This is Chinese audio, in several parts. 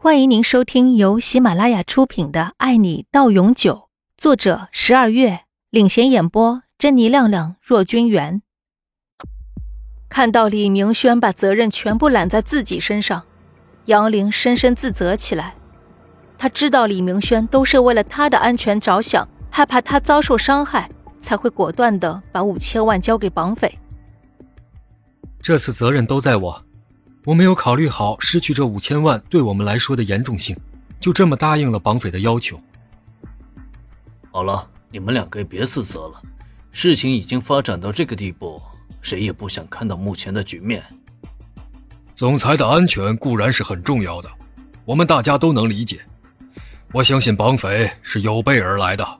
欢迎您收听由喜马拉雅出品的《爱你到永久》，作者12月，领衔演播珍妮亮亮、若君元。看到李明轩把责任全部揽在自己身上，杨玲深深自责起来。他知道李明轩都是为了他的安全着想，害怕他遭受伤害，才会果断地把5000万交给绑匪。 这次责任都在我没有考虑好失去这5000万对我们来说的严重性，就这么答应了绑匪的要求。 好了，你们两个也别自责了，事情已经发展到这个地步，谁也不想看到目前的局面。 总裁的安全固然是很重要的，我们大家都能理解。我相信绑匪是有备而来的。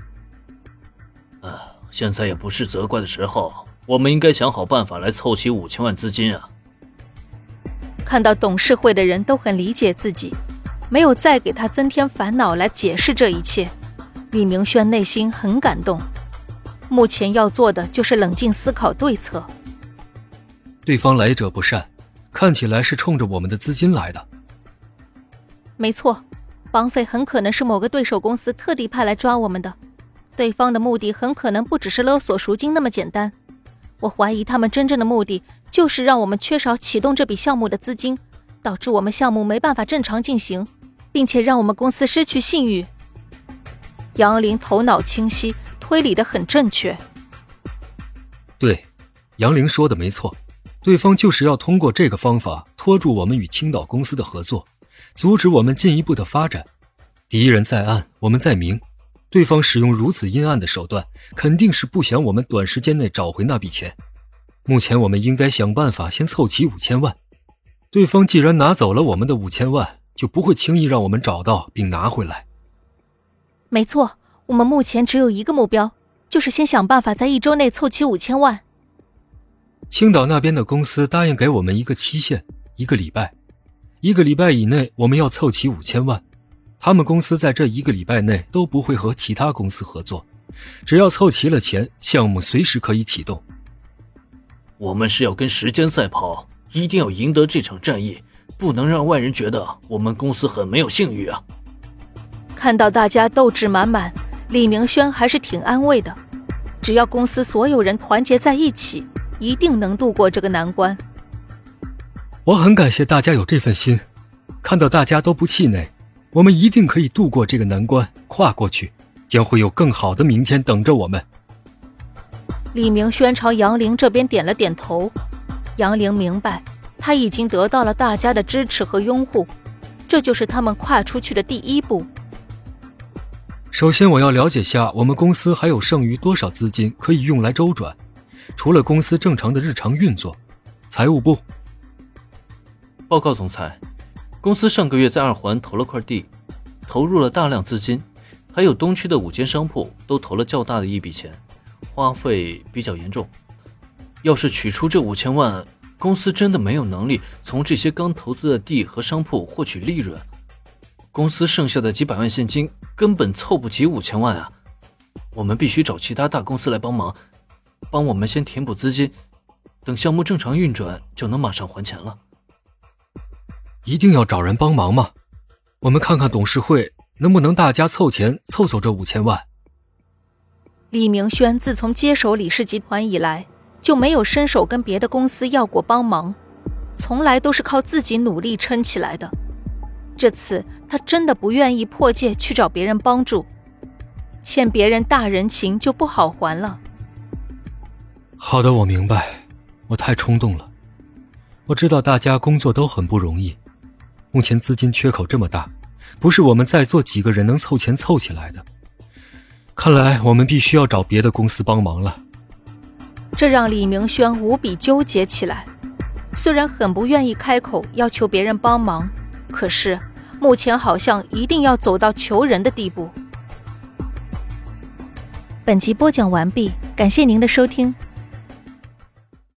现在也不是责怪的时候，我们应该想好办法来凑齐5000万资金啊。 看到董事会的人都很理解自己，没有再给他增添烦恼来解释这一切，李明轩内心很感动。目前要做的就是冷静思考对策。 对方来者不善，看起来是冲着我们的资金来的。 没错，绑匪很可能是某个对手公司特地派来抓我们的，对方的目的很可能不只是勒索赎金那么简单。我怀疑他们真正的目的就是让我们缺少启动这笔项目的资金，导致我们项目没办法正常进行，并且让我们公司失去信誉。杨林头脑清晰，推理得很正确。 对，杨玲说的没错，对方就是要通过这个方法拖住我们与青岛公司的合作，阻止我们进一步的发展。敌人在暗，我们在明，对方使用如此阴暗的手段，肯定是不想我们短时间内找回那笔钱。目前我们应该想办法先凑齐5000万。对方既然拿走了我们的5000万，就不会轻易让我们找到并拿回来。 没错，我们目前只有一个目标，就是先想办法在1周内凑齐5000万。 青岛那边的公司答应给我们一个期限，1个礼拜。1个礼拜以内我们要凑齐5000万。他们公司在这1个礼拜内都不会和其他公司合作，只要凑齐了钱，项目随时可以启动。 我们是要跟时间赛跑，一定要赢得这场战役，不能让外人觉得我们公司很没有信誉啊。 看到大家斗志满满，李明轩还是挺安慰的。只要公司所有人团结在一起，一定能度过这个难关。 我很感谢大家有这份心，看到大家都不气馁，我们一定可以度过这个难关，跨过去，将会有更好的明天等着我们。 李明轩朝杨玲这边点了点头。杨玲明白，他已经得到了大家的支持和拥护，这就是他们跨出去的第一步。 首先我要了解下我们公司还有剩余多少资金可以用来周转，除了公司正常的日常运作。财务部报告总裁，公司上个月在2环投了块地，投入了大量资金，还有东区的5间商铺都投了较大的一笔钱，花费比较严重。要是取出这5000万，公司真的没有能力从这些刚投资的地和商铺获取利润。公司剩下的几百万现金根本凑不齐5000万啊！我们必须找其他大公司来帮忙，帮我们先填补资金，等项目正常运转就能马上还钱了。 一定要找人帮忙吗？我们看看董事会能不能大家凑钱凑这5000万。 李明轩自从接手李氏集团以来，就没有伸手跟别的公司要过帮忙，从来都是靠自己努力撑起来的。这次他真的不愿意破戒去找别人帮助，欠别人大人情就不好还了。 好的，我明白，我太冲动了。我知道大家工作都很不容易，目前资金缺口这么大，不是我们在座几个人能凑钱凑起来的。看来我们必须要找别的公司帮忙了。 这让李明轩无比纠结起来。虽然很不愿意开口要求别人帮忙，可是目前好像一定要走到求人的地步。本集播讲完毕，感谢您的收听。